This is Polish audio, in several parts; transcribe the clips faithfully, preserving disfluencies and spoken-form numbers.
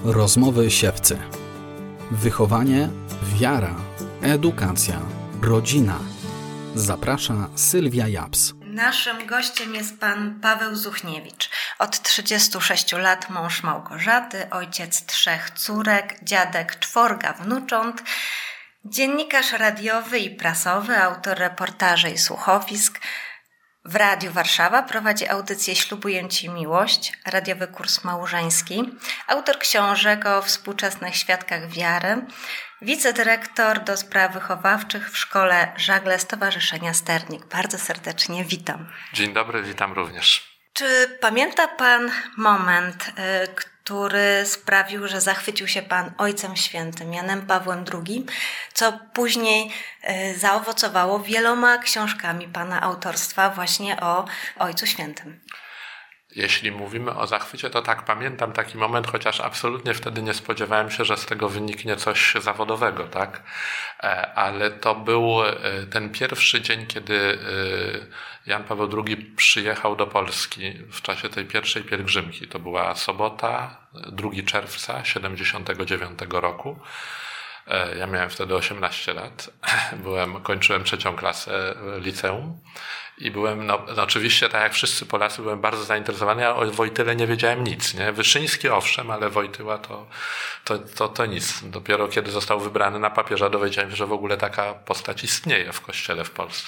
Rozmowy siewcy. Wychowanie, wiara, edukacja, rodzina. Zaprasza Sylwia Japs. Naszym gościem jest pan Paweł Zuchniewicz. Od trzydziestu sześciu lat mąż Małgorzaty, ojciec trzech córek, dziadek czworga wnucząt, dziennikarz radiowy i prasowy, autor reportaży i słuchowisk. W Radiu Warszawa prowadzi audycję Ślubuję Ci miłość, radiowy kurs małżeński, autor książek o współczesnych świadkach wiary, wicedyrektor do spraw wychowawczych w Szkole Żagle Stowarzyszenia Sternik. Bardzo serdecznie witam. Dzień dobry, witam również. Czy pamięta pan moment, który sprawił, że zachwycił się pan Ojcem Świętym Janem Pawłem drugim, co później zaowocowało wieloma książkami pana autorstwa właśnie o Ojcu Świętym? Jeśli mówimy o zachwycie, to tak, pamiętam taki moment, chociaż absolutnie wtedy nie spodziewałem się, że z tego wyniknie coś zawodowego, tak? Ale to był ten pierwszy dzień, kiedy Jan Paweł drugi przyjechał do Polski w czasie tej pierwszej pielgrzymki. To była sobota, drugiego czerwca siedemdziesiątego dziewiątego roku. Ja miałem wtedy osiemnaście lat. Byłem, kończyłem trzecią klasę liceum. I byłem, no, no oczywiście, tak jak wszyscy Polacy, byłem bardzo zainteresowany. Ja o Wojtyle nie wiedziałem nic, nie? Wyszyński owszem, ale Wojtyła to, to, to, to nic. Dopiero kiedy został wybrany na papieża, dowiedziałem się, że w ogóle taka postać istnieje w kościele w Polsce.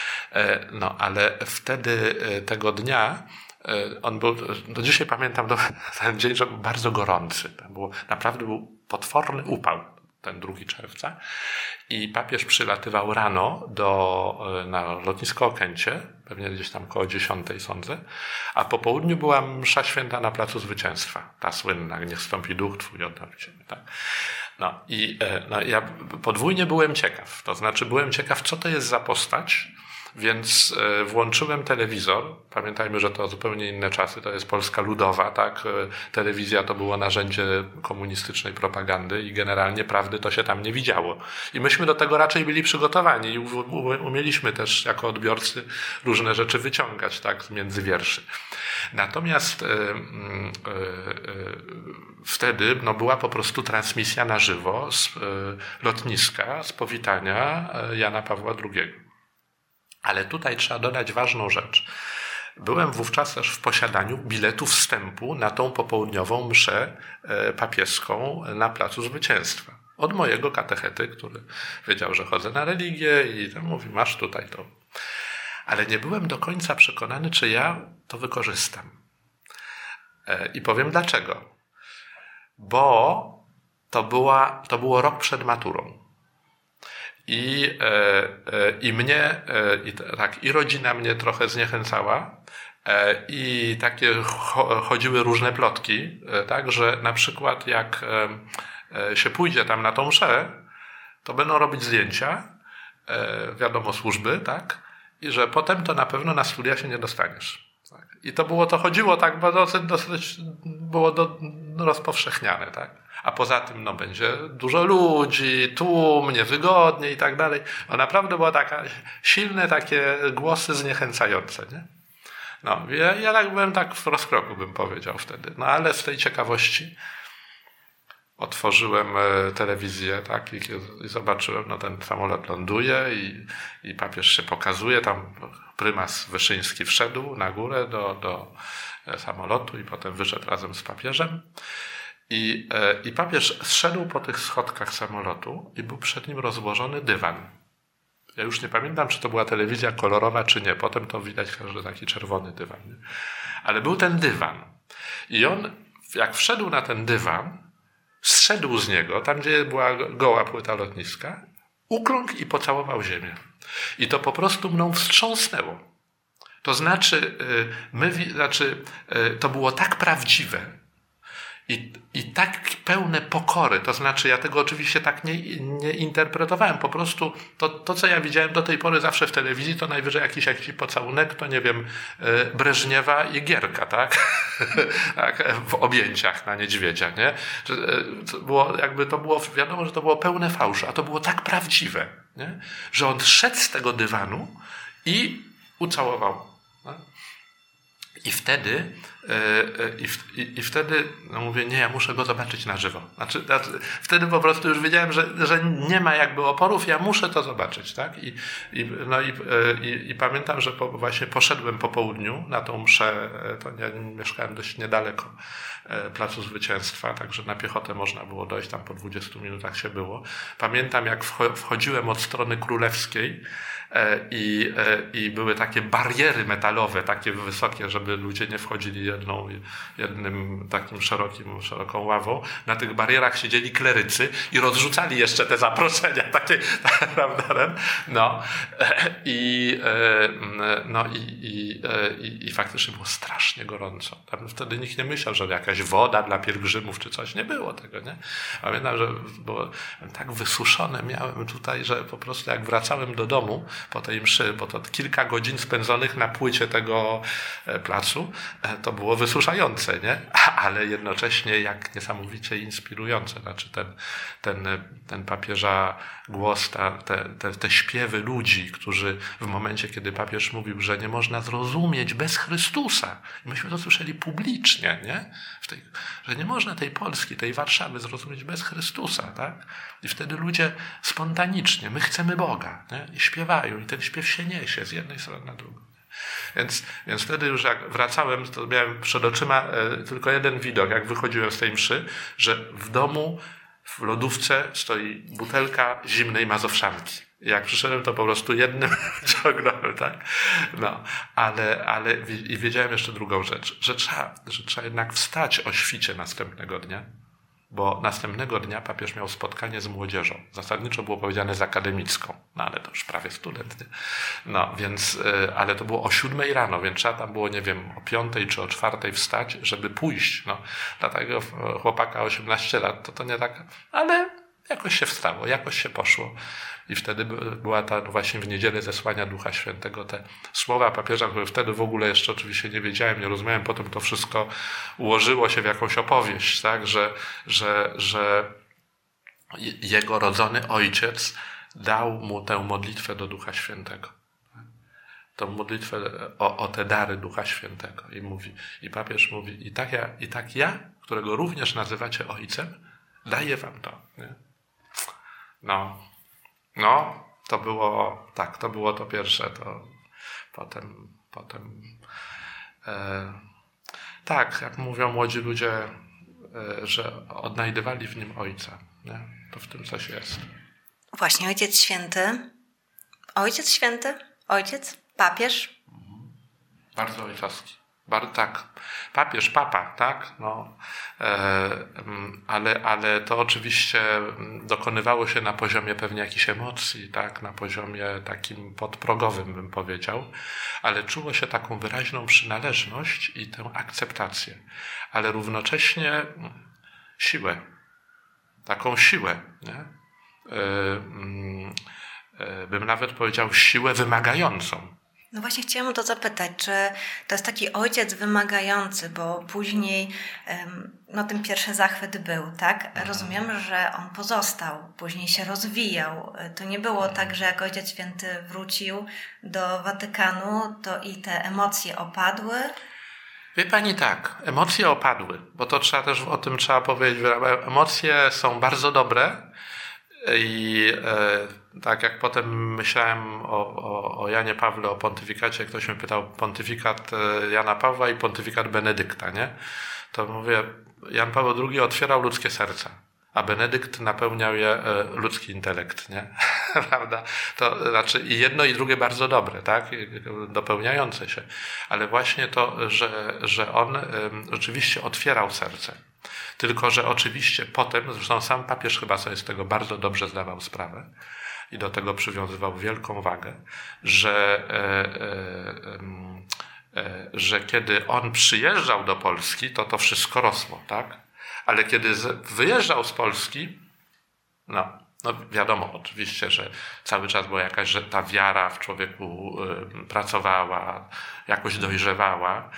No, ale wtedy tego dnia on był, do dzisiaj pamiętam ten dzień, że był bardzo gorący. Było, naprawdę był potworny upał. Ten drugiego czerwca i papież przylatywał rano do, na lotnisko Okęcie, pewnie gdzieś tam koło dziesiątej sądzę, a po południu była msza święta na Placu Zwycięstwa, ta słynna, niech wstąpi duch Twój, odnowi się, tak? No i no, ja podwójnie byłem ciekaw, to znaczy byłem ciekaw, co to jest za postać, więc włączyłem telewizor. Pamiętajmy, że to zupełnie inne czasy, to jest Polska Ludowa, tak? Telewizja to było narzędzie komunistycznej propagandy i generalnie prawdy to się tam nie widziało. I myśmy do tego raczej byli przygotowani i umieliśmy też jako odbiorcy różne rzeczy wyciągać, tak? Między wierszy. Natomiast yy, yy, yy, wtedy no, była po prostu transmisja na żywo z yy, lotniska, z powitania Jana Pawła drugiego. Ale tutaj trzeba dodać ważną rzecz. Byłem wówczas też w posiadaniu biletu wstępu na tą popołudniową mszę papieską na Placu Zwycięstwa. Od mojego katechety, który wiedział, że chodzę na religię i tam mówi, masz tutaj to. Ale nie byłem do końca przekonany, czy ja to wykorzystam. I powiem dlaczego. Bo to, była, to było rok przed maturą. I, e, i mnie, e, i, tak, i rodzina mnie trochę zniechęcała e, i takie cho, chodziły różne plotki, e, tak, że na przykład jak e, się pójdzie tam na tą mszę, to będą robić zdjęcia, e, wiadomo, służby, tak, i że potem to na pewno na studia się nie dostaniesz. Tak. I to było, to chodziło tak, bo dosyć, dosyć było do, rozpowszechniane, tak. A poza tym no, będzie dużo ludzi, tłum, niewygodnie i tak dalej. No naprawdę były taka, silne takie głosy zniechęcające, nie? No, ja, ja tak byłem tak w rozkroku, bym powiedział wtedy. No ale z tej ciekawości otworzyłem telewizję, tak, i, i zobaczyłem, no ten samolot ląduje i, i papież się pokazuje, tam prymas Wyszyński wszedł na górę do, do samolotu i potem wyszedł razem z papieżem. I, I papież zszedł po tych schodkach samolotu i był przed nim rozłożony dywan. Ja już nie pamiętam, czy to była telewizja kolorowa, czy nie. Potem to widać, że taki czerwony dywan. Nie? Ale był ten dywan. I on, jak wszedł na ten dywan, zszedł z niego, tam gdzie była goła płyta lotniska, ukląkł i pocałował ziemię. I to po prostu mną wstrząsnęło. To znaczy, my, znaczy to było tak prawdziwe, I, I tak pełne pokory, to znaczy ja tego oczywiście tak nie, nie interpretowałem, po prostu to, to, co ja widziałem do tej pory zawsze w telewizji, to najwyżej jakiś, jakiś pocałunek, to nie wiem, Breżniewa i Gierka, tak? Tak, w objęciach na niedźwiedzia, nie? To było, jakby to było, wiadomo, że to było pełne fałszu, a to było tak prawdziwe, nie? Że on szedł z tego dywanu i ucałował. No? I wtedy I, w, i, i wtedy no mówię, nie, ja muszę go zobaczyć na żywo. Znaczy, znaczy, wtedy po prostu już wiedziałem, że, że nie ma jakby oporów, ja muszę to zobaczyć, tak? I, i, no i, i, i pamiętam, że po, właśnie poszedłem po południu na tą mszę, to ja mieszkałem dość niedaleko Placu Zwycięstwa, także na piechotę można było dojść, tam po dwudziestu minutach się było. Pamiętam, jak wchodziłem od strony królewskiej i, i były takie bariery metalowe, takie wysokie, żeby ludzie nie wchodzili jedną, jednym takim szerokim, szeroką ławą. Na tych barierach siedzieli klerycy i rozrzucali jeszcze te zaproszenia, takie, prawda? No i, no i, i, i, i faktycznie było strasznie gorąco. Tam wtedy nikt nie myślał, że jakaś woda dla pielgrzymów czy coś, nie było tego, nie? Pamiętam, że było tak wysuszone miałem tutaj, że po prostu jak wracałem do domu po tej mszy, bo to kilka godzin spędzonych na płycie tego placu, to było wysuszające, nie? Ale jednocześnie jak niesamowicie inspirujące. Znaczy ten, ten, ten papieża głos, ta, te, te, te śpiewy ludzi, którzy w momencie, kiedy papież mówił, że nie można zrozumieć bez Chrystusa. I myśmy to słyszeli publicznie, nie? W tej, że nie można tej Polski, tej Warszawy zrozumieć bez Chrystusa, tak? I wtedy ludzie spontanicznie, my chcemy Boga, nie? I śpiewają, i ten śpiew się niesie z jednej strony na drugą. Więc, więc wtedy już jak wracałem, to miałem przed oczyma e, tylko jeden widok, jak wychodziłem z tej mszy, że w domu w lodówce stoi butelka zimnej mazowszanki. Jak przyszedłem, to po prostu jednym ciągnąłem, tak? No, ale, ale i wiedziałem jeszcze drugą rzecz, że trzeba, że trzeba jednak wstać o świcie następnego dnia, bo następnego dnia papież miał spotkanie z młodzieżą. Zasadniczo było powiedziane z akademicką, no ale to już prawie student, nie? No, więc, ale to było o siódmej rano, więc trzeba tam było, nie wiem, o piątej czy o czwartej wstać, żeby pójść. No, dla takiego chłopaka osiemnaście lat, to to nie tak, ale jakoś się wstało, jakoś się poszło. I wtedy była ta no właśnie w niedzielę zesłania Ducha Świętego, te słowa papieża, które wtedy w ogóle jeszcze oczywiście nie wiedziałem, nie rozumiałem, potem to wszystko ułożyło się w jakąś opowieść, tak, że, że, że jego rodzony ojciec dał mu tę modlitwę do Ducha Świętego. Tą modlitwę o, o te dary Ducha Świętego. I mówi, i papież mówi, i tak ja, i tak ja, którego również nazywacie ojcem, daję wam to. Nie? No. No, to było, tak, to było to pierwsze, to potem, potem, e, tak, jak mówią młodzi ludzie, e, że odnajdywali w nim ojca, nie? To w tym coś jest. Właśnie, Ojciec Święty, Ojciec Święty, Ojciec, papież. Mhm. Bardzo ojcowski. Bardzo, tak. Papież, papa, tak? No, e, ale, ale to oczywiście dokonywało się na poziomie pewnie jakichś emocji, tak? Na poziomie takim podprogowym, bym powiedział, ale czuło się taką wyraźną przynależność i tę akceptację, ale równocześnie siłę, taką siłę, nie? E, e, bym nawet powiedział siłę wymagającą. No właśnie chciałam o to zapytać, czy to jest taki ojciec wymagający, bo później no ten pierwszy zachwyt był, tak? Rozumiem, że on pozostał, później się rozwijał. To nie było tak, że jak Ojciec Święty wrócił do Watykanu, to i te emocje opadły? Wie pani, tak, emocje opadły, bo to trzeba też o tym trzeba powiedzieć. Emocje są bardzo dobre. I e, tak jak potem myślałem o, o, o Janie Pawle, o pontyfikacie, ktoś mnie pytał pontyfikat Jana Pawła i pontyfikat Benedykta, nie? To mówię, Jan Paweł drugi otwierał ludzkie serca, a Benedykt napełniał je e, ludzki intelekt, nie? Prawda? To znaczy i jedno i drugie bardzo dobre, tak? Dopełniające się. Ale właśnie to, że, że on e, rzeczywiście otwierał serce. Tylko że oczywiście potem, zresztą sam papież chyba sobie z tego bardzo dobrze zdawał sprawę i do tego przywiązywał wielką wagę, że, e, e, e, że kiedy on przyjeżdżał do Polski, to to wszystko rosło, tak? Ale kiedy z, wyjeżdżał z Polski, no, no wiadomo oczywiście, że cały czas była jakaś, że ta wiara w człowieku y, pracowała, jakoś dojrzewała,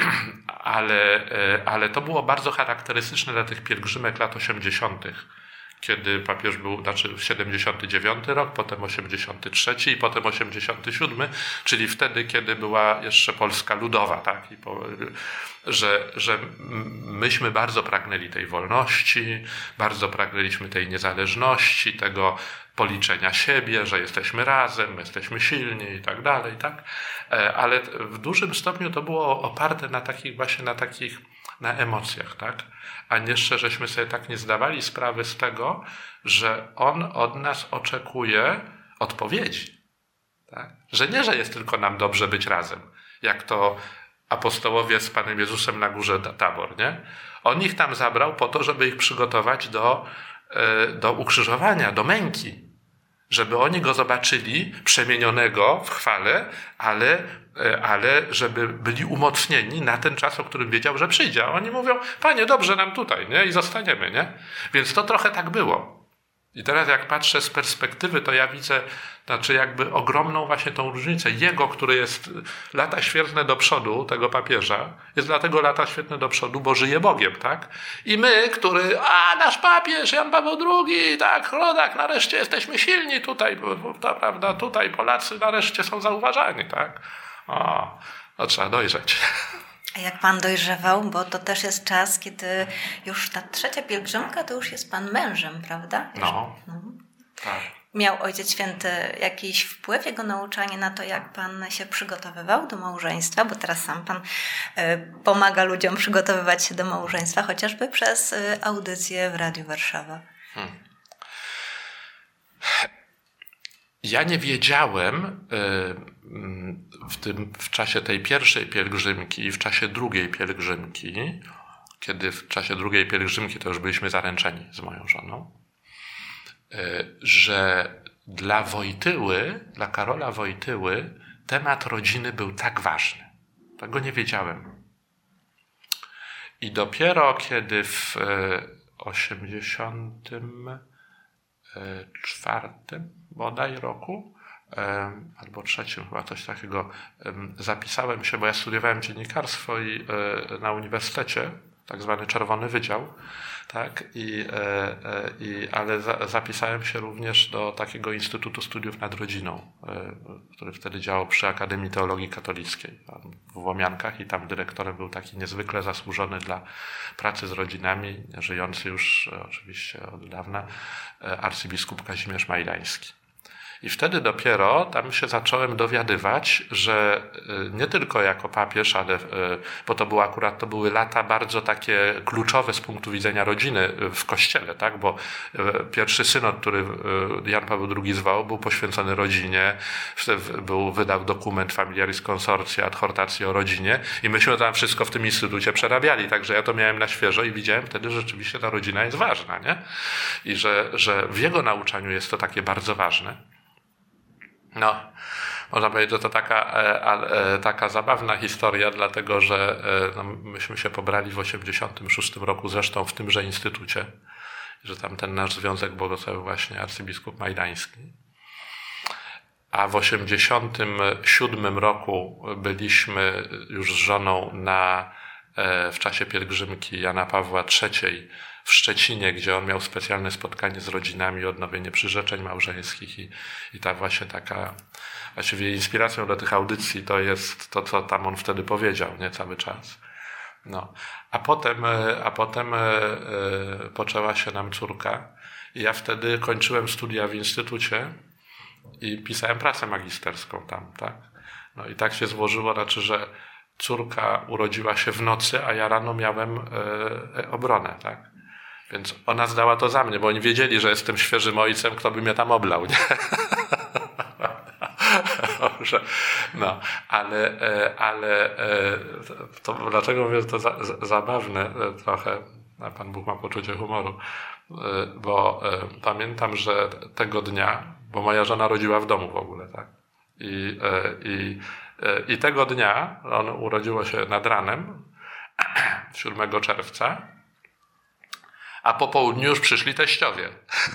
ale, y, ale to było bardzo charakterystyczne dla tych pielgrzymek lat osiemdziesiątych, kiedy papież był, znaczy siedemdziesiąty dziewiąty rok, potem osiemdziesiąty trzeci i potem osiemdziesiąty siódmy, czyli wtedy, kiedy była jeszcze Polska Ludowa, tak? I po, że, że myśmy bardzo pragnęli tej wolności, bardzo pragnęliśmy tej niezależności, tego policzenia siebie, że jesteśmy razem, jesteśmy silni i tak dalej, tak? Ale w dużym stopniu to było oparte na takich właśnie na takich, na emocjach, tak? A jeszcze żeśmy sobie tak nie zdawali sprawy z tego, że on od nas oczekuje odpowiedzi, tak? Że nie, że jest tylko nam dobrze być razem, jak to apostołowie z Panem Jezusem na górze Tabor, nie? On ich tam zabrał po to, żeby ich przygotować do, do ukrzyżowania, do męki. Żeby oni go zobaczyli przemienionego w chwale, ale, ale żeby byli umocnieni na ten czas, o którym wiedział, że przyjdzie. A oni mówią, Panie, dobrze nam tutaj, nie? I zostaniemy, nie? Więc to trochę tak było. I teraz jak patrzę z perspektywy, to ja widzę, znaczy jakby ogromną właśnie tą różnicę. Jego, który jest lata świetne do przodu, tego papieża, jest dlatego lata świetne do przodu, bo żyje Bogiem, tak? I my, który, a nasz papież, Jan Paweł drugi, tak, rodak, nareszcie jesteśmy silni tutaj, to prawda, tutaj Polacy nareszcie są zauważani, tak? O, to trzeba dojrzeć. A jak pan dojrzewał, bo to też jest czas, kiedy już ta trzecia pielgrzymka, to już jest pan mężem, prawda? No, no. Tak. Miał Ojciec Święty jakiś wpływ, jego nauczanie na to, jak pan się przygotowywał do małżeństwa, bo teraz sam pan y, pomaga ludziom przygotowywać się do małżeństwa, chociażby przez y, audycję w Radiu Warszawa. Hmm. Ja nie wiedziałem w, tym, w czasie tej pierwszej pielgrzymki i w czasie drugiej pielgrzymki, kiedy w czasie drugiej pielgrzymki to już byliśmy zaręczeni z moją żoną, że dla Wojtyły, dla Karola Wojtyły temat rodziny był tak ważny. Tego nie wiedziałem. I dopiero kiedy w osiemdziesiątym czwartym bodaj roku, albo trzecim chyba coś takiego, zapisałem się, bo ja studiowałem dziennikarstwo i na uniwersytecie, tak zwany Czerwony Wydział, tak, i, i, ale za, zapisałem się również do takiego Instytutu Studiów nad Rodziną, który wtedy działał przy Akademii Teologii Katolickiej w Łomiankach i tam dyrektorem był taki niezwykle zasłużony dla pracy z rodzinami, żyjący już oczywiście od dawna arcybiskup Kazimierz Majdański. I wtedy dopiero tam się zacząłem dowiadywać, że nie tylko jako papież, ale, bo to były akurat, to były lata bardzo takie kluczowe z punktu widzenia rodziny w Kościele, tak? Bo pierwszy synod, który Jan Paweł drugi zwał, był poświęcony rodzinie, był, wydał dokument Familiaris Consortia, adhortację o rodzinie i myśmy tam wszystko w tym instytucie przerabiali, także ja to miałem na świeżo i widziałem wtedy, że rzeczywiście ta rodzina jest ważna, nie? I że, że w jego nauczaniu jest to takie bardzo ważne. No, można powiedzieć, że to taka, e, e, taka zabawna historia, dlatego że e, no, myśmy się pobrali w osiemdziesiątym szóstym roku, zresztą w tymże instytucie, że tam ten nasz związek błogosławił właśnie arcybiskup Majdański. A w osiemdziesiątym siódmym roku byliśmy już z żoną na, e, w czasie pielgrzymki Jana Pawła trzeciego w Szczecinie, gdzie on miał specjalne spotkanie z rodzinami, odnowienie przyrzeczeń małżeńskich i, i ta właśnie taka, właściwie inspiracją do tych audycji to jest to, co tam on wtedy powiedział, nie, cały czas. No. A potem, a potem e, poczęła się nam córka i ja wtedy kończyłem studia w instytucie i pisałem pracę magisterską tam, tak? No i tak się złożyło, znaczy, że córka urodziła się w nocy, a ja rano miałem e, obronę, tak? Więc ona zdała to za mnie, bo oni wiedzieli, że jestem świeżym ojcem, kto by mnie tam oblał, nie? Dobrze. No, ale, ale to dlaczego mówię, że to za, za, zabawne trochę, a Pan Bóg ma poczucie humoru, bo pamiętam, że tego dnia, bo moja żona rodziła w domu w ogóle, tak? I, i, i tego dnia, on urodziło się nad ranem, siódmego czerwca, a po południu już przyszli teściowie.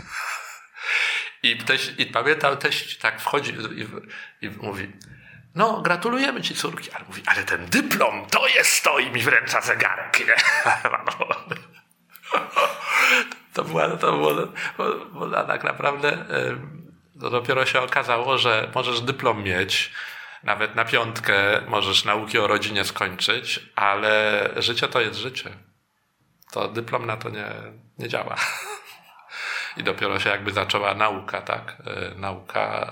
I, teść, i pamiętam, teść tak wchodzi i, i mówi, no gratulujemy ci córki, ale mówi, ale ten dyplom to jest to i mi wręcza zegarek, nie? To, była, to było, bo, bo tak naprawdę to dopiero się okazało, że możesz dyplom mieć, nawet na piątkę możesz nauki o rodzinie skończyć, ale życie to jest życie. To dyplom na to nie, nie działa. I dopiero się jakby zaczęła nauka, tak? Nauka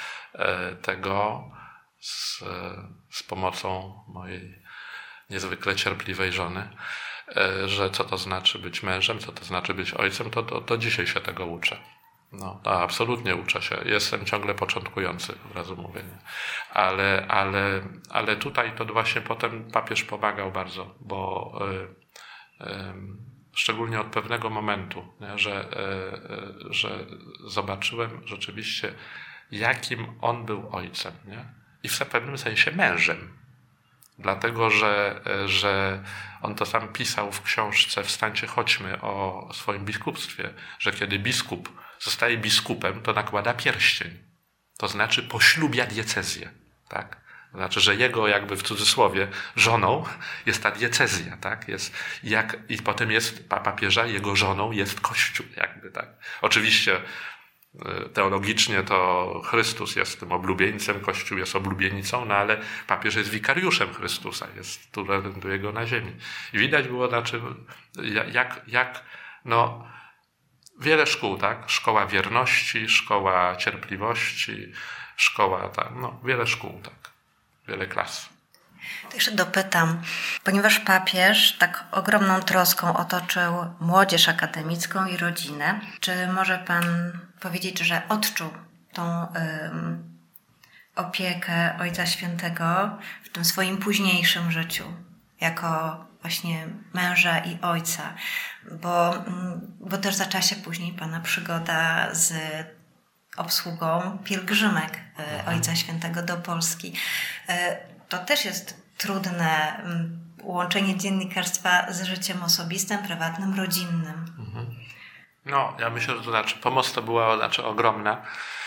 tego z, z pomocą mojej niezwykle cierpliwej żony, że co to znaczy być mężem, co to znaczy być ojcem, to, to, to dzisiaj się tego uczę. No, to absolutnie uczę się. Jestem ciągle początkujący, od razu mówię. Nie? Ale, ale, ale tutaj to właśnie potem papież pomagał bardzo, bo y, y, szczególnie od pewnego momentu, nie? Że, y, y, że zobaczyłem rzeczywiście, jakim on był ojcem, nie? I w pewnym sensie mężem. Dlatego, że, że on to sam pisał w książce Wstańcie, chodźmy o swoim biskupstwie, że kiedy biskup zostaje biskupem, to nakłada pierścień. To znaczy poślubia diecezję, tak? To znaczy, że jego jakby w cudzysłowie żoną jest ta diecezja, tak? Jest jak, i potem jest papieża, jego żoną jest Kościół, jakby, tak? Oczywiście teologicznie to Chrystus jest tym oblubieńcem, Kościół jest oblubienicą, no ale papież jest wikariuszem Chrystusa, jest, tu reprezentuje go na ziemi. I widać było, znaczy, jak, jak no, wiele szkół, tak? Szkoła wierności, szkoła cierpliwości, szkoła, tak, no, wiele szkół, tak, wiele klas. To jeszcze dopytam, ponieważ papież tak ogromną troską otoczył młodzież akademicką i rodzinę, czy może pan powiedzieć, że odczuł tą ym, opiekę Ojca Świętego w tym swoim późniejszym życiu, jako właśnie męża i ojca, bo, bo też zaczęła się później pana przygoda z obsługą pielgrzymek Ojca Świętego do Polski. To też jest trudne łączenie dziennikarstwa z życiem osobistym, prywatnym, rodzinnym. No, ja myślę, że to znaczy pomoc to była znaczy ogromna,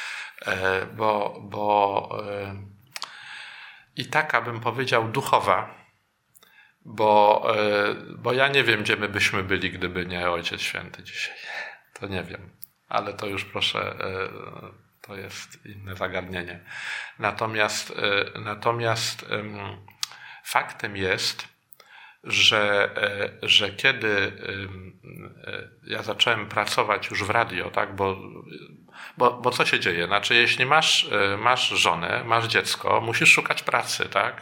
bo, bo i taka bym powiedział duchowa, bo, bo ja nie wiem, gdzie my byśmy byli, gdyby nie Ojciec Święty dzisiaj. To nie wiem, ale to już proszę, to jest inne zagadnienie. Natomiast, natomiast faktem jest, że, że kiedy ja zacząłem pracować już w radio, tak, bo, bo, bo co się dzieje? Znaczy, jeśli masz, masz żonę, masz dziecko, musisz szukać pracy, tak?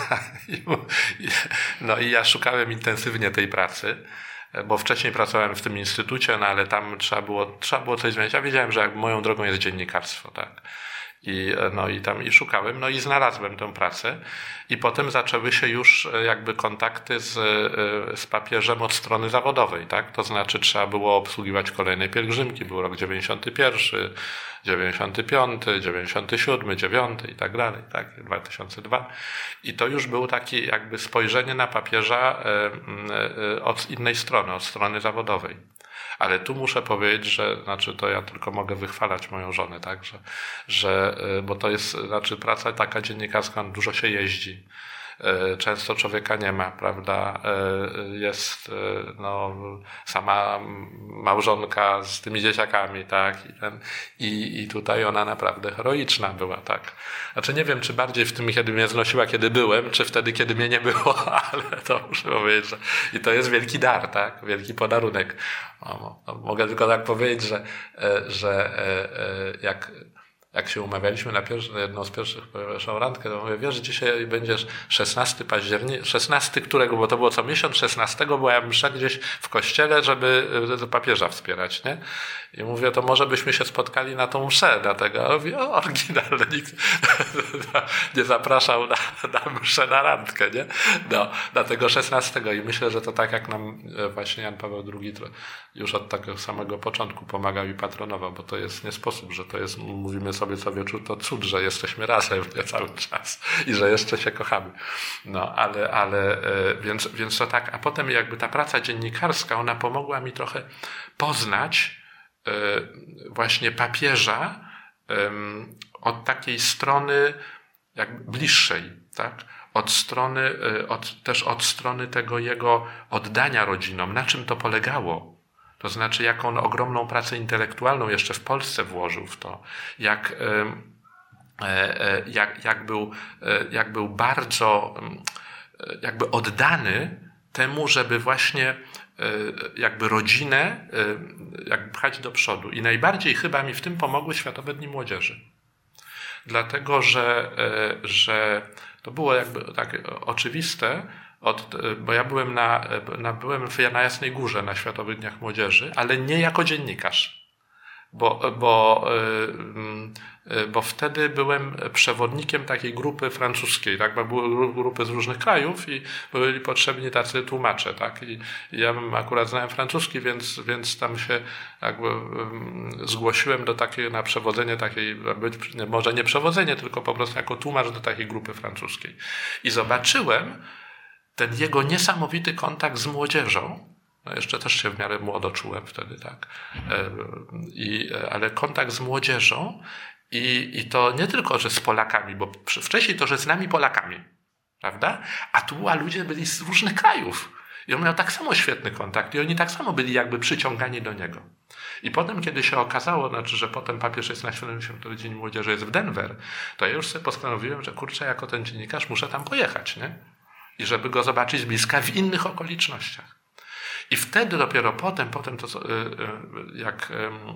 No i ja szukałem intensywnie tej pracy, bo wcześniej pracowałem w tym instytucie, no ale tam trzeba było, trzeba było coś zmienić. Ja wiedziałem, że moją drogą jest dziennikarstwo, tak. I, no i tam i szukałem, no i znalazłem tę pracę i potem zaczęły się już jakby kontakty z, z papieżem od strony zawodowej, tak? To znaczy trzeba było obsługiwać kolejne pielgrzymki, był rok dziewięćdziesiąty pierwszy, dziewięćdziesiąty piąty, dziewięćdziesiąty siódmy, dziewiąty i tak dalej, tak? dwa tysiące drugi. I to już był taki jakby spojrzenie na papieża od innej strony, od strony zawodowej. Ale tu muszę powiedzieć, że, znaczy to ja tylko mogę wychwalać moją żonę, tak, że, że, bo to jest, znaczy praca taka dziennikarska, dużo się jeździ, często człowieka nie ma, prawda, jest, no, sama małżonka z tymi dzieciakami, tak, i, ten, i, i tutaj ona naprawdę heroiczna była, tak. Znaczy nie wiem, czy bardziej w tym, kiedy mnie znosiła, kiedy byłem, czy wtedy, kiedy mnie nie było, ale to muszę powiedzieć, że i to jest wielki dar, tak, wielki podarunek. O, mogę tylko tak powiedzieć, że, że jak Jak się umawialiśmy na pierwszy, jedną z pierwszych pierwszą randkę, to mówię, wiesz, dzisiaj będziesz szesnastego października, szesnastego którego, bo to było co miesiąc, szesnastego była msza gdzieś w kościele, żeby papieża wspierać, nie? I mówię, to może byśmy się spotkali na tą mszę, dlatego, a mówię, o, oryginalne, nikt nie zapraszał na, na mszę, na randkę, nie? No, dlatego szesnastego i myślę, że to tak jak nam właśnie Jan Paweł drugi już od takiego samego początku pomagał i patronował, bo to jest nie sposób, że to jest, mówimy sobie co wieczór, to cud, że jesteśmy razem nie, cały czas i że jeszcze się kochamy. No, ale, ale więc, więc to tak, a potem jakby ta praca dziennikarska, ona pomogła mi trochę poznać właśnie papieża od takiej strony jakby bliższej, tak? Od strony, od, też od strony tego jego oddania rodzinom. Na czym to polegało? To znaczy, jaką on ogromną pracę intelektualną jeszcze w Polsce włożył w to, jak, jak, jak, był, jak był bardzo jakby oddany temu, żeby właśnie jakby rodzinę jakby pchać do przodu. I najbardziej chyba mi w tym pomogły Światowe Dni Młodzieży. Dlatego, że, że to było jakby tak oczywiste, od, bo ja byłem na, na, byłem na Jasnej Górze na Światowych Dniach Młodzieży, ale nie jako dziennikarz. Bo, bo, bo wtedy byłem przewodnikiem takiej grupy francuskiej, tak? Bo były grupy z różnych krajów i byli potrzebni tacy tłumacze, tak? I ja akurat znałem francuski, więc, więc tam się jakby zgłosiłem do takiej, na przewodzenie takiej, może nie przewodzenie, tylko po prostu jako tłumacz do takiej grupy francuskiej. I zobaczyłem ten jego niesamowity kontakt z młodzieżą. No jeszcze też się w miarę młodo czułem wtedy, tak. I, ale kontakt z młodzieżą i, i to nie tylko, że z Polakami, bo wcześniej to, że z nami Polakami, prawda? A tu a ludzie byli z różnych krajów. I on miał tak samo świetny kontakt i oni tak samo byli jakby przyciągani do niego. I potem, kiedy się okazało, znaczy, że potem papież jest na siedemdziesiątym Dzień Młodzieży, jest w Denver, to ja już sobie postanowiłem, że kurczę, jako ten dziennikarz muszę tam pojechać, nie? I żeby go zobaczyć z bliska w innych okolicznościach. I wtedy dopiero potem, potem to, jak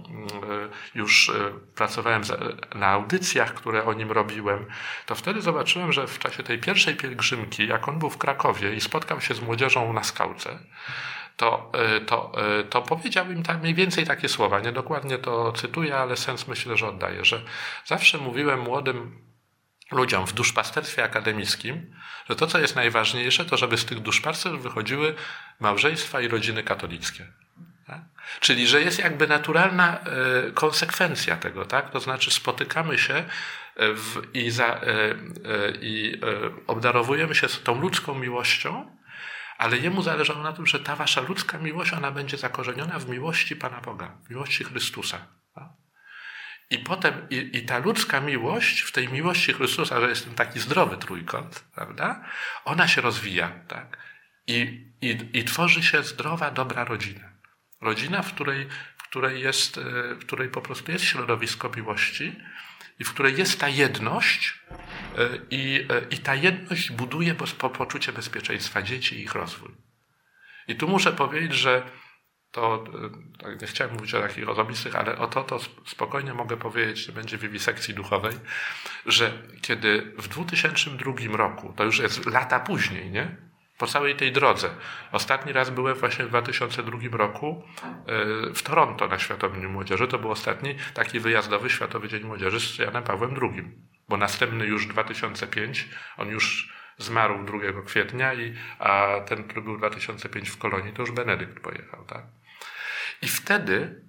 już pracowałem na audycjach, które o nim robiłem, to wtedy zobaczyłem, że w czasie tej pierwszej pielgrzymki, jak on był w Krakowie i spotkał się z młodzieżą na skałce, to, to, to powiedział im tak mniej więcej takie słowa. Nie dokładnie to cytuję, ale sens myślę, że oddaję, że zawsze mówiłem młodym ludziom w duszpasterstwie akademickim, że to, co jest najważniejsze, to żeby z tych duszpasterstw wychodziły małżeństwa i rodziny katolickie. Tak? Czyli, że jest jakby naturalna e, konsekwencja tego, tak? To znaczy spotykamy się w, i, za, e, e, i e, obdarowujemy się tą ludzką miłością, ale jemu zależało na tym, że ta wasza ludzka miłość, ona będzie zakorzeniona w miłości Pana Boga, w miłości Chrystusa. Tak? I potem, i, i ta ludzka miłość, w tej miłości Chrystusa, że jest ten taki zdrowy trójkąt, prawda? Ona się rozwija, tak? I, i, i tworzy się zdrowa, dobra rodzina. Rodzina, w której, w której jest, w której po prostu jest środowisko miłości i w której jest ta jedność i, i ta jedność buduje poczucie bezpieczeństwa dzieci i ich rozwój. I tu muszę powiedzieć, że to, nie chciałem mówić o takich osobistych, ale o to, to spokojnie mogę powiedzieć, że będzie w wiwisekcji duchowej, że kiedy w dwutysięcznym drugim roku, to już jest lata później, nie? Po całej tej drodze. Ostatni raz byłem właśnie w dwa tysiące drugim roku w Toronto na Światowym Dniu Młodzieży. To był ostatni taki wyjazdowy Światowy Dzień Młodzieży z Janem Pawłem drugim. Bo następny już dwa tysiące piąty, on już zmarł drugiego kwietnia, i, a ten, który był dwa tysiące piąty w Kolonii, to już Benedykt pojechał. Tak? I wtedy,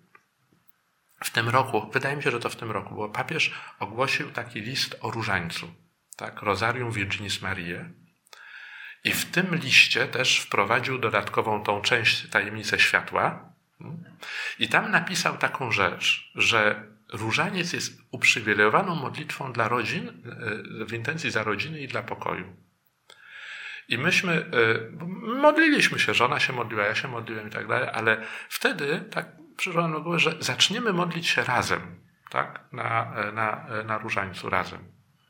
w tym roku, wydaje mi się, że to w tym roku, bo papież ogłosił taki list o różańcu. Tak? Rosarium Virginis Mariae. I w tym liście też wprowadził dodatkową tą część Tajemnicę Światła. I tam napisał taką rzecz, że różaniec jest uprzywilejowaną modlitwą dla rodzin, w intencji za rodziny i dla pokoju. I myśmy, modliliśmy się, żona się modliła, ja się modliłem i tak dalej, ale wtedy tak przyszło nam do głowy, że zaczniemy modlić się razem, tak, na, na, na różańcu razem.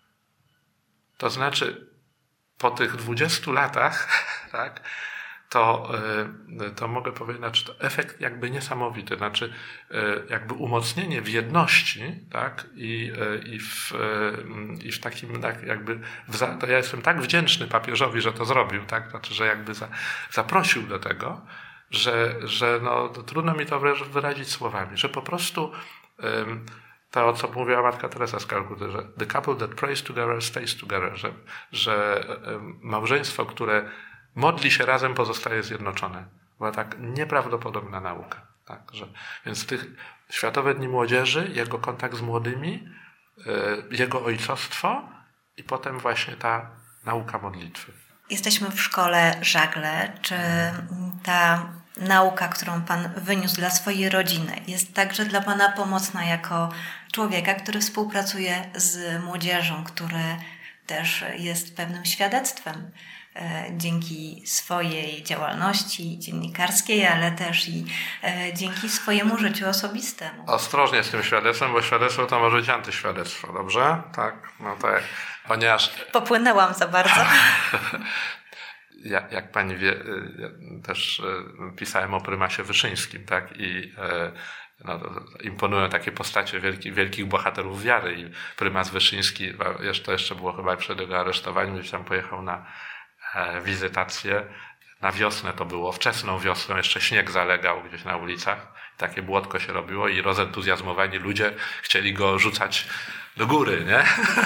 To znaczy, po tych dwudziestu latach, tak, to, to mogę powiedzieć, znaczy to efekt jakby niesamowity, znaczy jakby umocnienie w jedności, tak, i, i, w, i w takim, tak, jakby, w, to ja jestem tak wdzięczny papieżowi, że to zrobił, tak, znaczy, że jakby za, zaprosił do tego, że, że no, trudno mi to wyrazić słowami, że po prostu um, to, co mówiła matka Teresa z Kalkuty, że the couple that prays together stays together, że, że małżeństwo, które modli się razem, pozostaje zjednoczone. Była tak nieprawdopodobna nauka. Tak, że, więc tych Światowe Dni Młodzieży, jego kontakt z młodymi, jego ojcostwo i potem właśnie ta nauka modlitwy. Jesteśmy w szkole Żagle. Czy ta nauka, którą Pan wyniósł dla swojej rodziny, jest także dla Pana pomocna jako człowieka, który współpracuje z młodzieżą, który też jest pewnym świadectwem dzięki swojej działalności dziennikarskiej, ale też i dzięki swojemu życiu osobistemu. Ostrożnie z tym świadectwem, bo świadectwo to może być antyświadectwo, dobrze? Tak, no tak. Ponieważ... Popłynęłam za bardzo. Ja, jak pani wie, ja też pisałem o prymasie Wyszyńskim, tak? I no, imponują takie postacie wielkich, wielkich bohaterów wiary. I prymas Wyszyński, to jeszcze było chyba przed jego aresztowaniem, gdzieś tam pojechał na wizytację. Na wiosnę to było, wczesną wiosną, jeszcze śnieg zalegał gdzieś na ulicach. Takie błotko się robiło i rozentuzjazmowani ludzie chcieli go rzucać do góry, nie?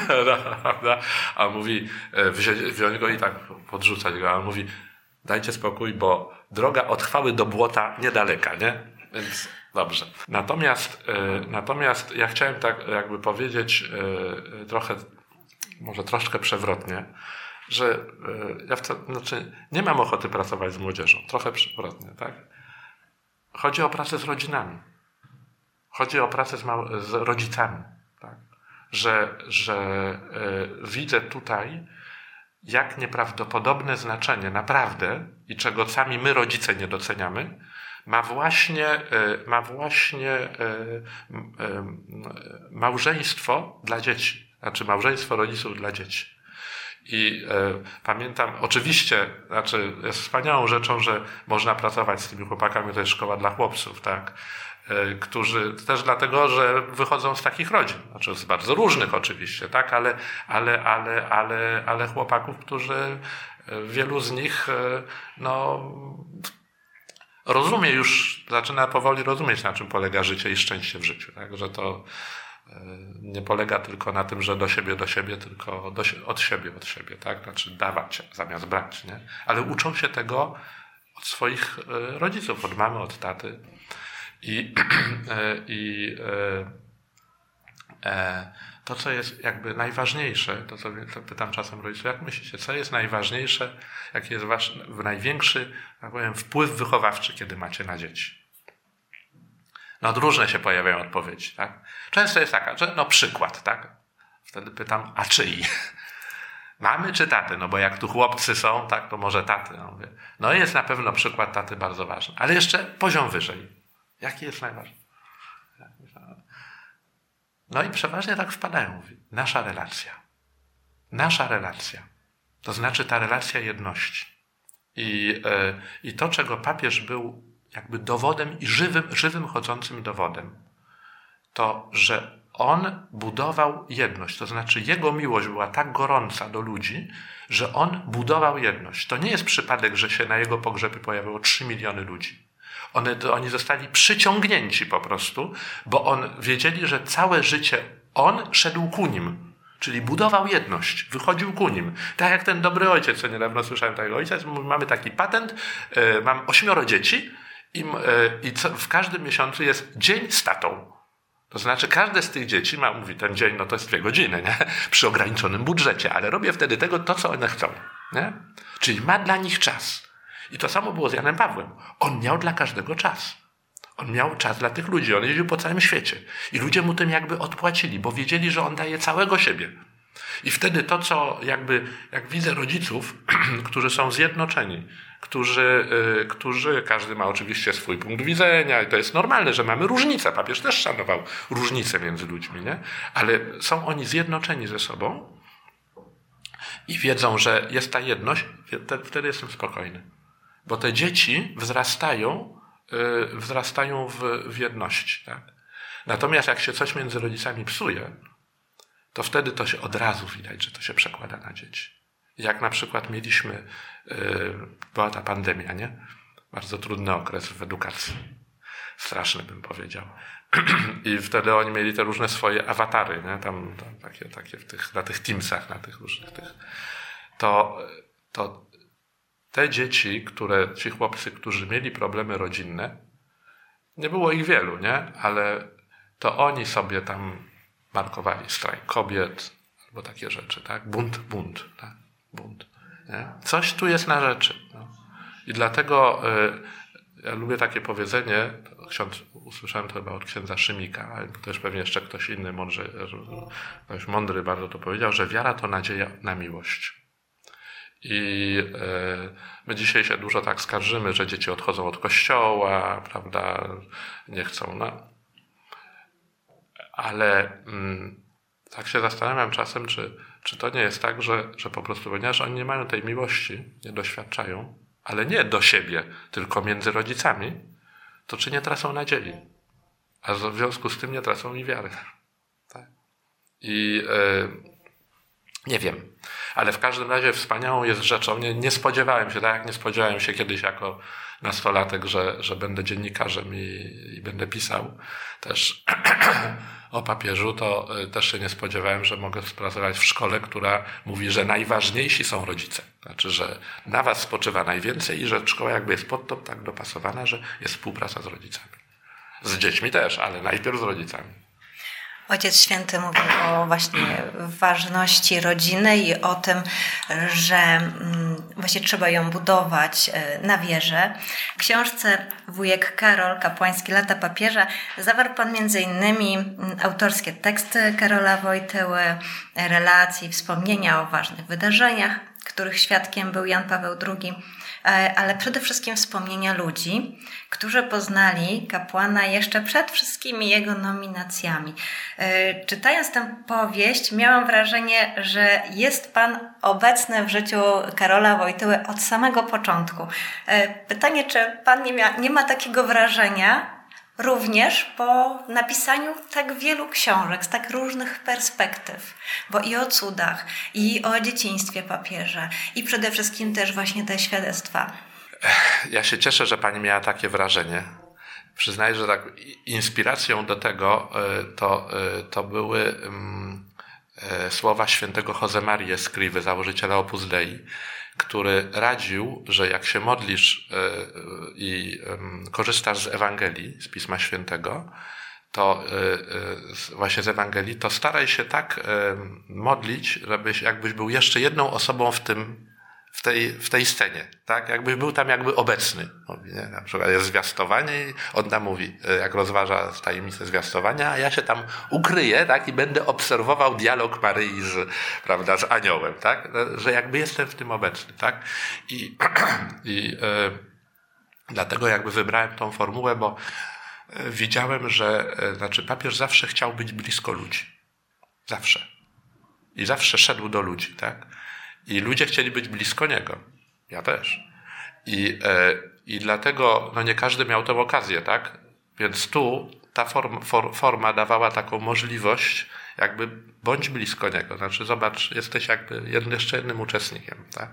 A on mówi, wziąć, wziąć go i tak podrzucać go. A on mówi, dajcie spokój, bo droga od chwały do błota niedaleka, nie? Więc dobrze. Natomiast, natomiast ja chciałem tak jakby powiedzieć trochę, może troszkę przewrotnie, że ja wcale, znaczy nie mam ochoty pracować z młodzieżą. Trochę przewrotnie, tak? Chodzi o pracę z rodzinami. Chodzi o pracę z, mał- z rodzicami. Tak? Że, że y, widzę tutaj, jak nieprawdopodobne znaczenie naprawdę i czego sami my rodzice nie doceniamy, ma właśnie, y, ma właśnie y, y, y, małżeństwo dla dzieci. Znaczy małżeństwo rodziców dla dzieci. I e, pamiętam, oczywiście, znaczy jest wspaniałą rzeczą, że można pracować z tymi chłopakami, to jest szkoła dla chłopców, tak, e, którzy też dlatego, że wychodzą z takich rodzin, znaczy z bardzo różnych oczywiście, tak, ale, ale, ale, ale, ale chłopaków, którzy e, wielu z nich e, no rozumie już, zaczyna powoli rozumieć, na czym polega życie i szczęście w życiu, tak, że to nie polega tylko na tym, że do siebie, do siebie, tylko do, od siebie, od siebie, tak? Znaczy dawać zamiast brać, nie? Ale uczą się tego od swoich rodziców, od mamy, od taty. I, i e, to, co jest jakby najważniejsze, to co to pytam czasem rodziców, jak myślicie, co jest najważniejsze, jaki jest wasz największy, tak powiem, wpływ wychowawczy, kiedy macie na dzieci? No różne się pojawiają odpowiedzi, tak? Często jest taka, że no przykład, tak? Wtedy pytam, a czyj? Mamy czy taty? No bo jak tu chłopcy są, tak, to może taty. No, mówię, no jest na pewno przykład taty bardzo ważny. Ale jeszcze poziom wyżej. Jaki jest najważniejszy? No i przeważnie tak wpadają. Mówi, nasza relacja. Nasza relacja. To znaczy ta relacja jedności. I, yy, i to, czego papież był jakby dowodem i żywym, żywym chodzącym dowodem, to, że on budował jedność. To znaczy jego miłość była tak gorąca do ludzi, że on budował jedność. To nie jest przypadek, że się na jego pogrzebie pojawiło trzy miliony ludzi. One, to oni zostali przyciągnięci po prostu, bo on wiedzieli, że całe życie on szedł ku nim. Czyli budował jedność, wychodził ku nim. Tak jak ten dobry ojciec, co niedawno słyszałem tego ojca, mówi, mamy taki patent, yy, mam ośmioro dzieci, I, i co, w każdym miesiącu jest dzień z tatą. To znaczy każde z tych dzieci ma, mówi, ten dzień, no to jest dwie godziny, nie? Przy ograniczonym budżecie, ale robię wtedy tego, to co one chcą. Nie? Czyli ma dla nich czas. I to samo było z Janem Pawłem. On miał dla każdego czas. On miał czas dla tych ludzi. On jeździł po całym świecie. I ludzie mu tym jakby odpłacili, bo wiedzieli, że on daje całego siebie. I wtedy to, co jakby, jak widzę rodziców, którzy są zjednoczeni, którzy, yy, którzy, każdy ma oczywiście swój punkt widzenia i to jest normalne, że mamy różnice. Papież też szanował różnice między ludźmi, nie? Ale są oni zjednoczeni ze sobą i wiedzą, że jest ta jedność, wtedy jestem spokojny. Bo te dzieci wzrastają, yy, wzrastają w, w jedności, tak? Natomiast jak się coś między rodzicami psuje, to wtedy to się od razu widać, że to się przekłada na dzieci. Jak na przykład mieliśmy, yy, była ta pandemia, nie? Bardzo trudny okres w edukacji. Straszny bym powiedział. I wtedy oni mieli te różne swoje awatary, nie? Tam, tam takie, takie w tych, na tych Teamsach, na tych różnych tych. To, to te dzieci, które, ci chłopcy, którzy mieli problemy rodzinne, nie było ich wielu, nie? Ale to oni sobie tam markowali strajk kobiet, albo takie rzeczy, tak? Bunt, bunt, tak? Bunt. Nie? Coś tu jest na rzeczy. No. I dlatego y, ja lubię takie powiedzenie, ksiądz, usłyszałem to chyba od księdza Szymika, ale też pewnie jeszcze ktoś inny, mądry, ktoś mądry bardzo to powiedział, że wiara to nadzieja na miłość. I my dzisiaj się dużo tak skarżymy, że dzieci odchodzą od kościoła, prawda, nie chcą, no. Ale mm, tak się zastanawiam czasem, czy, czy to nie jest tak, że, że po prostu, ponieważ oni nie mają tej miłości, nie doświadczają, ale nie do siebie, tylko między rodzicami, to czy nie tracą nadziei? A w związku z tym nie tracą i wiary. Tak? I yy, nie wiem. Ale w każdym razie wspaniałą jest rzeczą. Nie, nie spodziewałem się, tak jak nie spodziewałem się kiedyś jako nastolatek, że, że będę dziennikarzem i, i będę pisał też o papieżu, to też się nie spodziewałem, że mogę pracować w szkole, która mówi, że najważniejsi są rodzice. Znaczy, że na was spoczywa najwięcej i że szkoła jakby jest pod to tak dopasowana, że jest współpraca z rodzicami. Z dziećmi też, ale najpierw z rodzicami. Ojciec Święty mówił o właśnie ważności rodziny i o tym, że właśnie trzeba ją budować na wierze. W książce Wujek Karol, Kapłańskie lata papieża, zawarł Pan między innymi autorskie teksty Karola Wojtyły, relacje, wspomnienia o ważnych wydarzeniach, których świadkiem był Jan Paweł drugi, ale przede wszystkim wspomnienia ludzi, którzy poznali kapłana jeszcze przed wszystkimi jego nominacjami. Czytając tę powieść, miałam wrażenie, że jest Pan obecny w życiu Karola Wojtyły od samego początku. Pytanie, czy Pan nie, mia, nie ma takiego wrażenia również po napisaniu tak wielu książek z tak różnych perspektyw, bo i o cudach, i o dzieciństwie papieża, i przede wszystkim też właśnie te świadectwa. Ja się cieszę, że Pani miała takie wrażenie. Przyznaję, że tak inspiracją do tego to, to były um, słowa świętego Josemarii Escrivy, założyciela Opus Dei, który radził, że jak się modlisz i korzystasz z Ewangelii, z Pisma Świętego, to właśnie z Ewangelii, to staraj się tak modlić, żebyś jakbyś był jeszcze jedną osobą w tym, w tej, w tej scenie, tak? Jakbyś był tam jakby obecny. Mówi, nie? Na przykład jest zwiastowanie i on tam mówi, jak rozważa tajemnicę zwiastowania, a ja się tam ukryję, tak? I będę obserwował dialog Maryi z, prawda, z aniołem, tak? Że jakby jestem w tym obecny, tak? I, i yy, dlatego jakby wybrałem tą formułę, bo widziałem, że yy, znaczy papież zawsze chciał być blisko ludzi. Zawsze. I zawsze szedł do ludzi, tak? I ludzie chcieli być blisko niego. Ja też. I, e, i dlatego no nie każdy miał tę okazję, tak? Więc tu ta form, for, forma dawała taką możliwość, jakby bądź blisko niego. Znaczy zobacz, jesteś jakby jednym, jeszcze jednym uczestnikiem, tak?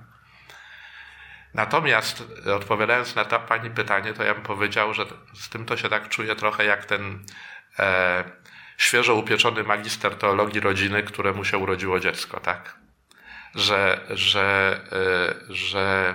Natomiast odpowiadając na ta Pani pytanie, to ja bym powiedział, że z tym to się tak czuję trochę jak ten e, świeżo upieczony magister teologii rodziny, któremu się urodziło dziecko, tak? Że, że, że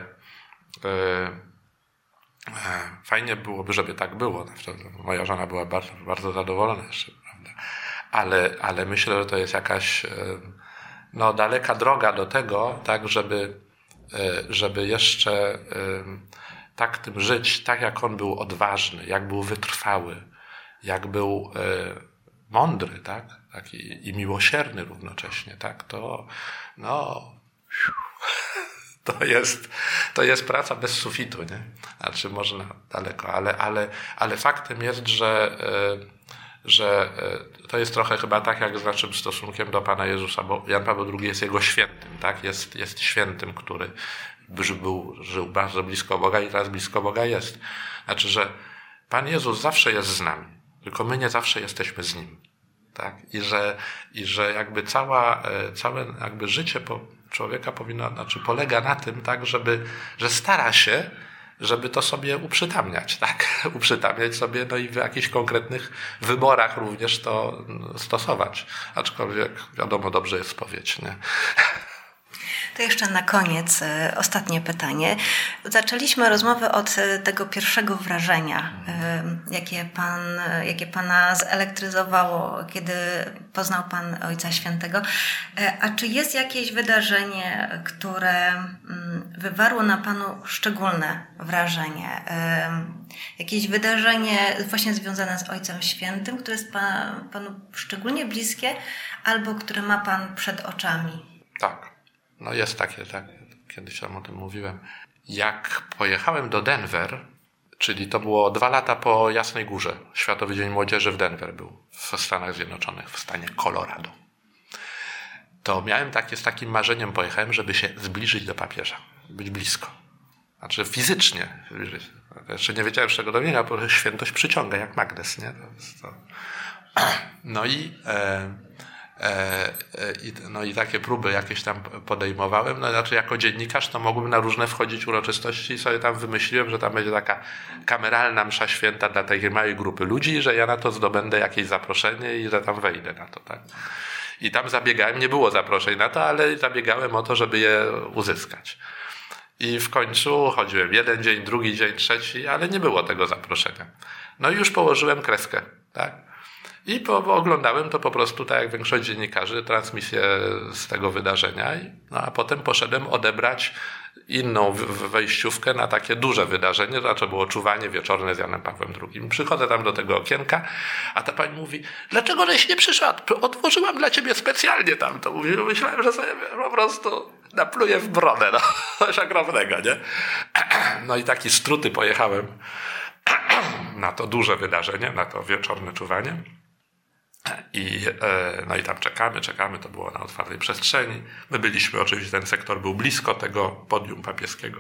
e, fajnie byłoby, żeby tak było. Moja żona była bardzo, bardzo zadowolona jeszcze, prawda? Ale, ale myślę, że to jest jakaś no, daleka droga do tego, tak, żeby, żeby jeszcze tak tym żyć, tak jak on był odważny, jak był wytrwały, jak był mądry, tak? Taki i miłosierny równocześnie, tak? To no to jest, to jest praca bez sufitu, nie? Znaczy można daleko, ale, ale, ale faktem jest, że, że to jest trochę chyba tak jak z naszym stosunkiem do Pana Jezusa, bo Jan Paweł drugi jest Jego świętym, tak? Jest, jest świętym, który był, żył bardzo blisko Boga i teraz blisko Boga jest. Znaczy, że Pan Jezus zawsze jest z nami, tylko my nie zawsze jesteśmy z Nim. Tak? I że, i że jakby cała, całe jakby życie po, człowieka powinno, znaczy polega na tym, tak, żeby, że stara się, żeby to sobie uprzytamniać, tak? Uprzytamniać sobie, no i w jakichś konkretnych wyborach również to stosować. Aczkolwiek wiadomo, dobrze jest spowiedź, nie? To jeszcze na koniec y, ostatnie pytanie. Zaczęliśmy rozmowę od y, tego pierwszego wrażenia, y, jakie, pan, y, jakie Pana zelektryzowało, kiedy poznał Pan Ojca Świętego. Y, a czy jest jakieś wydarzenie, które y, wywarło na Panu szczególne wrażenie? Y, jakieś wydarzenie właśnie związane z Ojcem Świętym, które jest pan, Panu szczególnie bliskie albo które ma Pan przed oczami? Tak. No jest takie, tak, kiedyś tam o tym mówiłem. Jak pojechałem do Denver, czyli to było dwa lata po Jasnej Górze, Światowy Dzień Młodzieży w Denver był, w Stanach Zjednoczonych, w stanie Colorado. To miałem takie, z takim marzeniem pojechałem, żeby się zbliżyć do papieża, być blisko. Znaczy fizycznie. Jeszcze nie wiedziałem, z czego do mnie, bo świętość przyciąga, jak magnes, nie? To jest to. No i, e, e, i, no i takie próby jakieś tam podejmowałem. No znaczy jako dziennikarz to mogłem na różne wchodzić uroczystości i sobie tam wymyśliłem, że tam będzie taka kameralna msza święta dla takiej małej grupy ludzi, że ja na to zdobędę jakieś zaproszenie i że tam wejdę na to, tak? I tam zabiegałem, nie było zaproszeń na to, ale zabiegałem o to, żeby je uzyskać. I w końcu chodziłem jeden dzień, drugi dzień, trzeci, ale nie było tego zaproszenia. No i już położyłem kreskę, tak? I po, oglądałem to po prostu, tak jak większość dziennikarzy, transmisję z tego wydarzenia. No a potem poszedłem odebrać inną wejściówkę na takie duże wydarzenie, to znaczy było czuwanie wieczorne z Janem Pawłem drugim. Przychodzę tam do tego okienka, a ta pani mówi, dlaczego żeś nie przyszła? Otworzyłam dla ciebie specjalnie tam to. Mówi, myślałem, że sobie po prostu napluję w brodę, no, coś ogromnego, nie? No i taki struty pojechałem na to duże wydarzenie, na to wieczorne czuwanie. I, no i tam czekamy, czekamy, to było na otwartej przestrzeni. My byliśmy, oczywiście ten sektor był blisko tego podium papieskiego.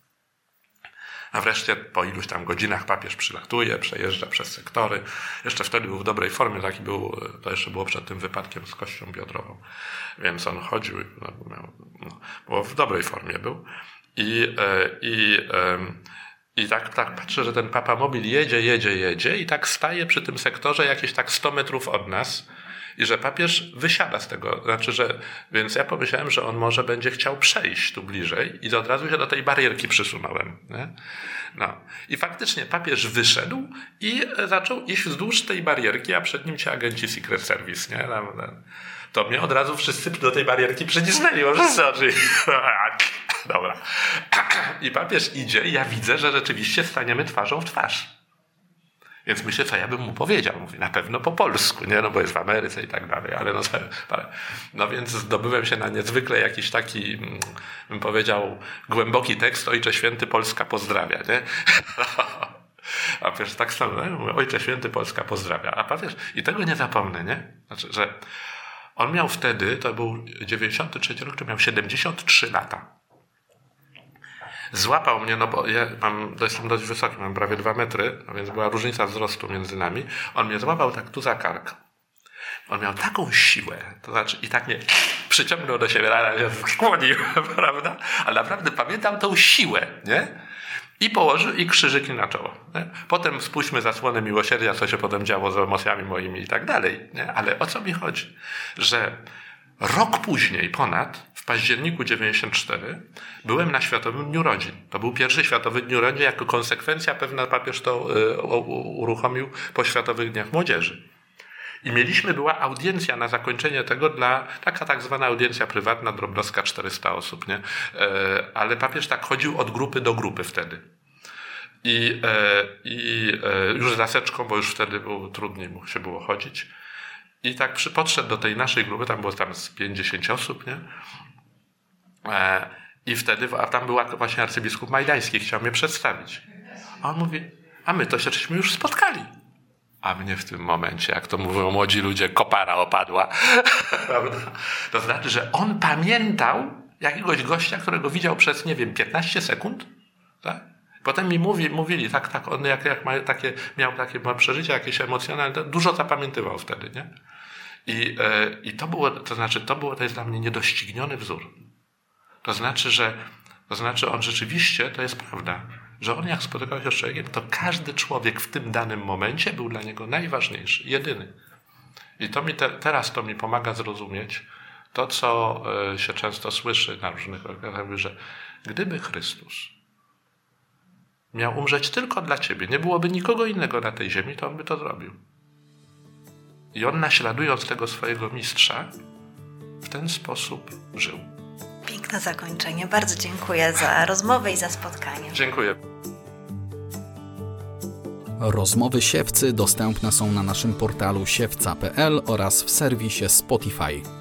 A wreszcie po iluś tam godzinach papież przylatuje, przejeżdża przez sektory. Jeszcze wtedy był w dobrej formie, taki był, to jeszcze było przed tym wypadkiem z kością biodrową. Więc on chodził, no, no, było w dobrej formie był. I, i, i tak, tak patrzę, że ten papamobil jedzie, jedzie, jedzie i tak staje przy tym sektorze jakieś tak sto metrów od nas. I że papież wysiada z tego, znaczy, że, więc ja pomyślałem, że on może będzie chciał przejść tu bliżej i od razu się do tej barierki przysunąłem. Nie? No. I faktycznie papież wyszedł i zaczął iść wzdłuż tej barierki, a przed nim ci agenci Secret Service, nie? To mnie od razu wszyscy do tej barierki przycisnęli, bo wszyscy oczywiście. Dobra. I papież idzie i ja widzę, że rzeczywiście staniemy twarzą w twarz. Więc myślę, co ja bym mu powiedział. Mówi, na pewno po polsku, nie? No bo jest w Ameryce i tak dalej, ale no, no więc zdobyłem się na niezwykle jakiś taki, bym powiedział, głęboki tekst. Ojcze Święty, Polska pozdrawia, nie? A wiesz, tak samo, nie? Mówię, Ojcze Święty, Polska pozdrawia. A wiesz, i tego nie zapomnę, nie? Znaczy, że on miał wtedy, to był dziewięćdziesiąty trzeci rok, to miał siedemdziesiąt trzy lata. Złapał mnie, no bo ja mam, jestem dość wysoki, mam prawie dwa metry, no więc była różnica wzrostu między nami. On mnie złapał tak tu za kark. On miał taką siłę, to znaczy i tak mnie przyciągnął do siebie, ale ja skłoniłem, prawda? Ale naprawdę pamiętam tą siłę, nie? I położył i krzyżyki na czoło. Nie? Potem spuśćmy zasłonę miłosierdzia, co się potem działo z emocjami moimi i tak dalej. Nie? Ale o co mi chodzi? Że rok później ponad, w październiku dziewięćdziesiątym czwartym, byłem na Światowym Dniu Rodzin. To był pierwszy Światowy Dniu Rodzin, jako konsekwencja pewna papież to y, uruchomił po Światowych Dniach Młodzieży. I mieliśmy, była audiencja na zakończenie tego dla, taka tak zwana audiencja prywatna, drobnostka czterysta osób, nie? E, ale papież tak chodził od grupy do grupy wtedy. I, e, i e, już z laseczką, bo już wtedy było, trudniej mu się było chodzić. I tak przy, podszedł do tej naszej grupy, tam było tam z pięćdziesiąt osób, nie? E, I wtedy, a tam był właśnie arcybiskup Majdański, chciał mnie przedstawić. A on mówi, a my to się żeśmy już spotkali. A mnie w tym momencie, jak to mówią młodzi ludzie, kopara opadła. To znaczy, że on pamiętał jakiegoś gościa, którego widział przez, nie wiem, piętnaście sekund. Tak? Potem mi mówi, mówili, tak, tak, on jak, jak ma takie, miał takie przeżycia jakieś emocjonalne, dużo zapamiętywał wtedy, nie? I, e, i to było, to znaczy, to było, to jest dla mnie niedościgniony wzór. To znaczy, że, to znaczy on rzeczywiście, to jest prawda, że on jak spotykał się z człowiekiem, to każdy człowiek w tym danym momencie był dla niego najważniejszy, jedyny. I to mi te, teraz to mi pomaga zrozumieć to, co y, się często słyszy na różnych okazjach, że gdyby Chrystus miał umrzeć tylko dla ciebie, nie byłoby nikogo innego na tej ziemi, to on by to zrobił. I on, naśladując tego swojego mistrza, w ten sposób żył. Piękne zakończenie. Bardzo dziękuję za rozmowę i za spotkanie. Dziękuję. Rozmowy Siewcy dostępne są na naszym portalu siewca kropka p l oraz w serwisie Spotify.